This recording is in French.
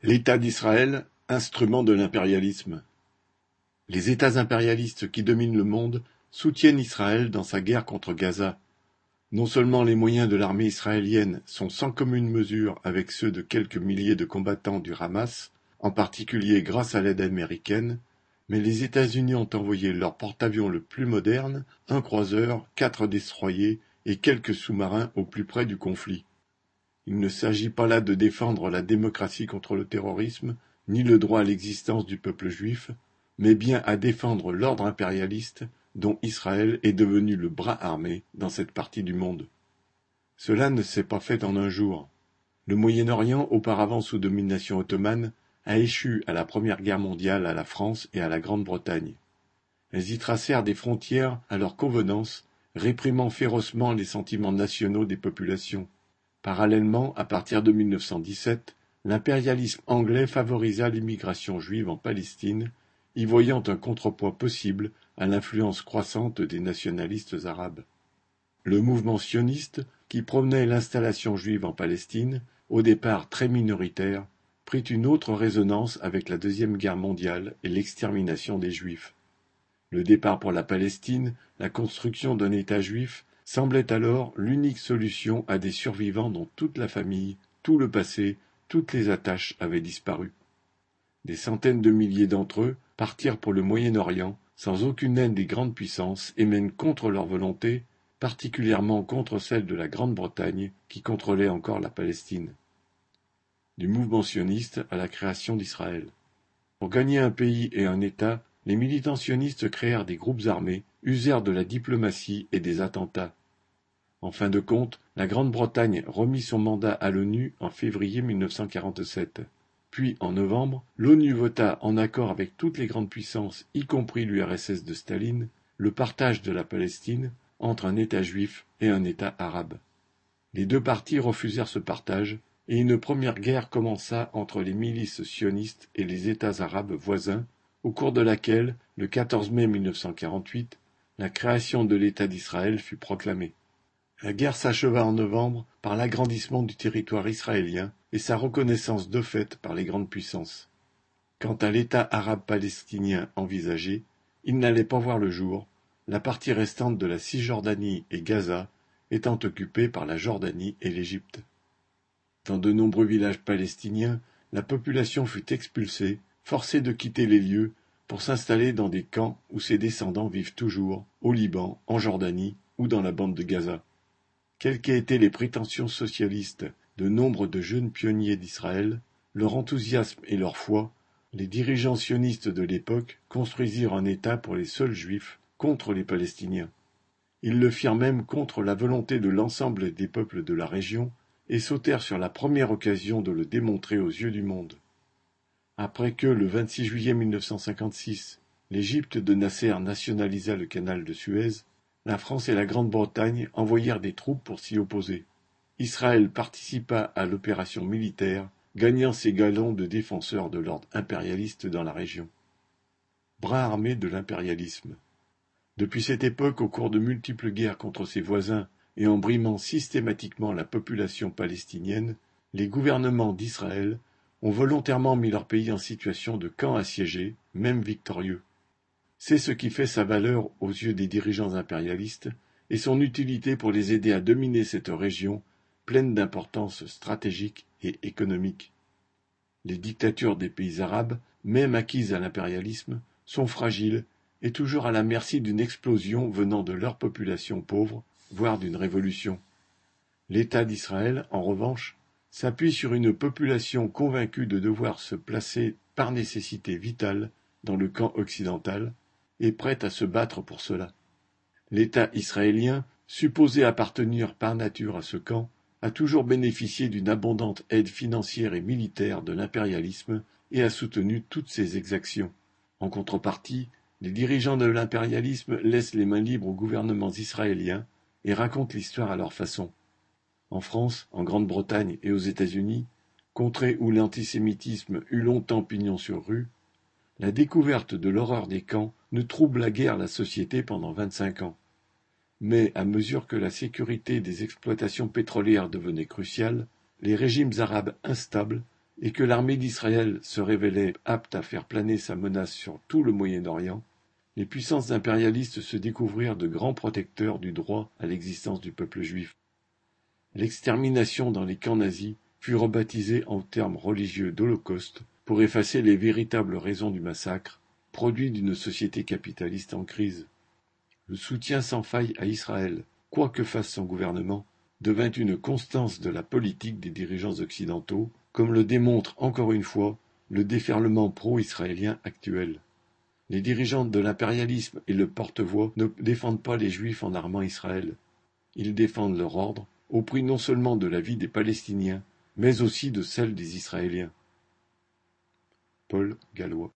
L'État d'Israël, instrument de l'impérialisme. Les États impérialistes qui dominent le monde soutiennent Israël dans sa guerre contre Gaza. Non seulement les moyens de l'armée israélienne sont sans commune mesure avec ceux de quelques milliers de combattants du Hamas, en particulier grâce à l'aide américaine, mais les États-Unis ont envoyé leur porte-avions le plus moderne, un croiseur, 4 destroyers et quelques sous-marins au plus près du conflit. Il ne s'agit pas là de défendre la démocratie contre le terrorisme, ni le droit à l'existence du peuple juif, mais bien à défendre l'ordre impérialiste dont Israël est devenu le bras armé dans cette partie du monde. Cela ne s'est pas fait en un jour. Le Moyen-Orient, auparavant sous domination ottomane, a échu à la Première Guerre mondiale à la France et à la Grande-Bretagne. Elles y tracèrent des frontières à leur convenance, réprimant férocement les sentiments nationaux des populations. Parallèlement, à partir de 1917, l'impérialisme anglais favorisa l'immigration juive en Palestine, y voyant un contrepoids possible à l'influence croissante des nationalistes arabes. Le mouvement sioniste, qui prônait l'installation juive en Palestine, au départ très minoritaire, prit une autre résonance avec la Deuxième Guerre mondiale et l'extermination des Juifs. Le départ pour la Palestine, la construction d'un État juif, semblait alors l'unique solution à des survivants dont toute la famille, tout le passé, toutes les attaches avaient disparu. Des centaines de milliers d'entre eux partirent pour le Moyen-Orient sans aucune aide des grandes puissances et même contre leur volonté, particulièrement contre celle de la Grande-Bretagne qui contrôlait encore la Palestine. Du mouvement sioniste à la création d'Israël. Pour gagner un pays et un État, les militants sionistes créèrent des groupes armés, usèrent de la diplomatie et des attentats. En fin de compte, la Grande-Bretagne remit son mandat à l'ONU en février 1947. Puis, en novembre, l'ONU vota, en accord avec toutes les grandes puissances, y compris l'URSS de Staline, le partage de la Palestine entre un État juif et un État arabe. Les deux parties refusèrent ce partage, et une première guerre commença entre les milices sionistes et les États arabes voisins, au cours de laquelle, le 14 mai 1948, la création de l'État d'Israël fut proclamée. La guerre s'acheva en novembre par l'agrandissement du territoire israélien et sa reconnaissance de fait par les grandes puissances. Quant à l'État arabe palestinien envisagé, il n'allait pas voir le jour, la partie restante de la Cisjordanie et Gaza étant occupée par la Jordanie et l'Égypte. Dans de nombreux villages palestiniens, la population fut expulsée, forcée de quitter les lieux pour s'installer dans des camps où ses descendants vivent toujours, au Liban, en Jordanie ou dans la bande de Gaza. Quelles qu'aient été les prétentions socialistes de nombre de jeunes pionniers d'Israël, leur enthousiasme et leur foi, les dirigeants sionistes de l'époque construisirent un État pour les seuls Juifs contre les Palestiniens. Ils le firent même contre la volonté de l'ensemble des peuples de la région et sautèrent sur la première occasion de le démontrer aux yeux du monde. Après que, le 26 juillet 1956, l'Égypte de Nasser nationalisa le canal de Suez, la France et la Grande-Bretagne envoyèrent des troupes pour s'y opposer. Israël participa à l'opération militaire, gagnant ses galons de défenseur de l'ordre impérialiste dans la région. Bras armé de l'impérialisme. Depuis cette époque, au cours de multiples guerres contre ses voisins et en brimant systématiquement la population palestinienne, les gouvernements d'Israël ont volontairement mis leur pays en situation de camp assiégé, même victorieux. C'est ce qui fait sa valeur aux yeux des dirigeants impérialistes et son utilité pour les aider à dominer cette région pleine d'importance stratégique et économique. Les dictatures des pays arabes, même acquises à l'impérialisme, sont fragiles et toujours à la merci d'une explosion venant de leur population pauvre, voire d'une révolution. L'État d'Israël, en revanche, s'appuie sur une population convaincue de devoir se placer par nécessité vitale dans le camp occidental et prête à se battre pour cela. L'État israélien, supposé appartenir par nature à ce camp, a toujours bénéficié d'une abondante aide financière et militaire de l'impérialisme et a soutenu toutes ses exactions. En contrepartie, les dirigeants de l'impérialisme laissent les mains libres aux gouvernements israéliens et racontent l'histoire à leur façon. En France, en Grande-Bretagne et aux États-Unis, contrées où l'antisémitisme eut longtemps pignon sur rue, la découverte de l'horreur des camps ne troubla guère la société pendant 25 ans. Mais à mesure que la sécurité des exploitations pétrolières devenait cruciale, les régimes arabes instables et que l'armée d'Israël se révélait apte à faire planer sa menace sur tout le Moyen-Orient, les puissances impérialistes se découvrirent de grands protecteurs du droit à l'existence du peuple juif. L'extermination dans les camps nazis fut rebaptisée en termes religieux d'Holocauste pour effacer les véritables raisons du massacre, produit d'une société capitaliste en crise. Le soutien sans faille à Israël, quoi que fasse son gouvernement, devint une constance de la politique des dirigeants occidentaux, comme le démontre encore une fois le déferlement pro-israélien actuel. Les dirigeants de l'impérialisme et le porte-voix ne défendent pas les Juifs en armant Israël. Ils défendent leur ordre, au prix non seulement de la vie des Palestiniens, mais aussi de celle des Israéliens. Paul Gallois.